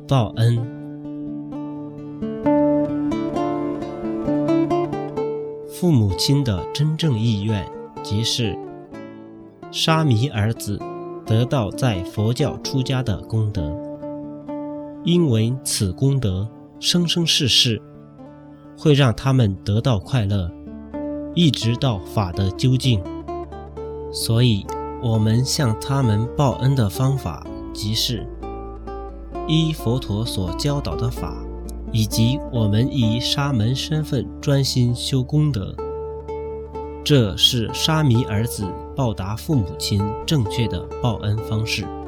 报恩。父母亲的真正意愿，即是沙弥儿子得到在佛教出家的功德，因为此功德生生世世会让他们得到快乐，一直到法的究竟。所以我们向他们报恩的方法，即是依佛陀所教导的法，以及我们以沙门身份专心修功德。这是沙弥儿子报答父母亲正确的报恩方式。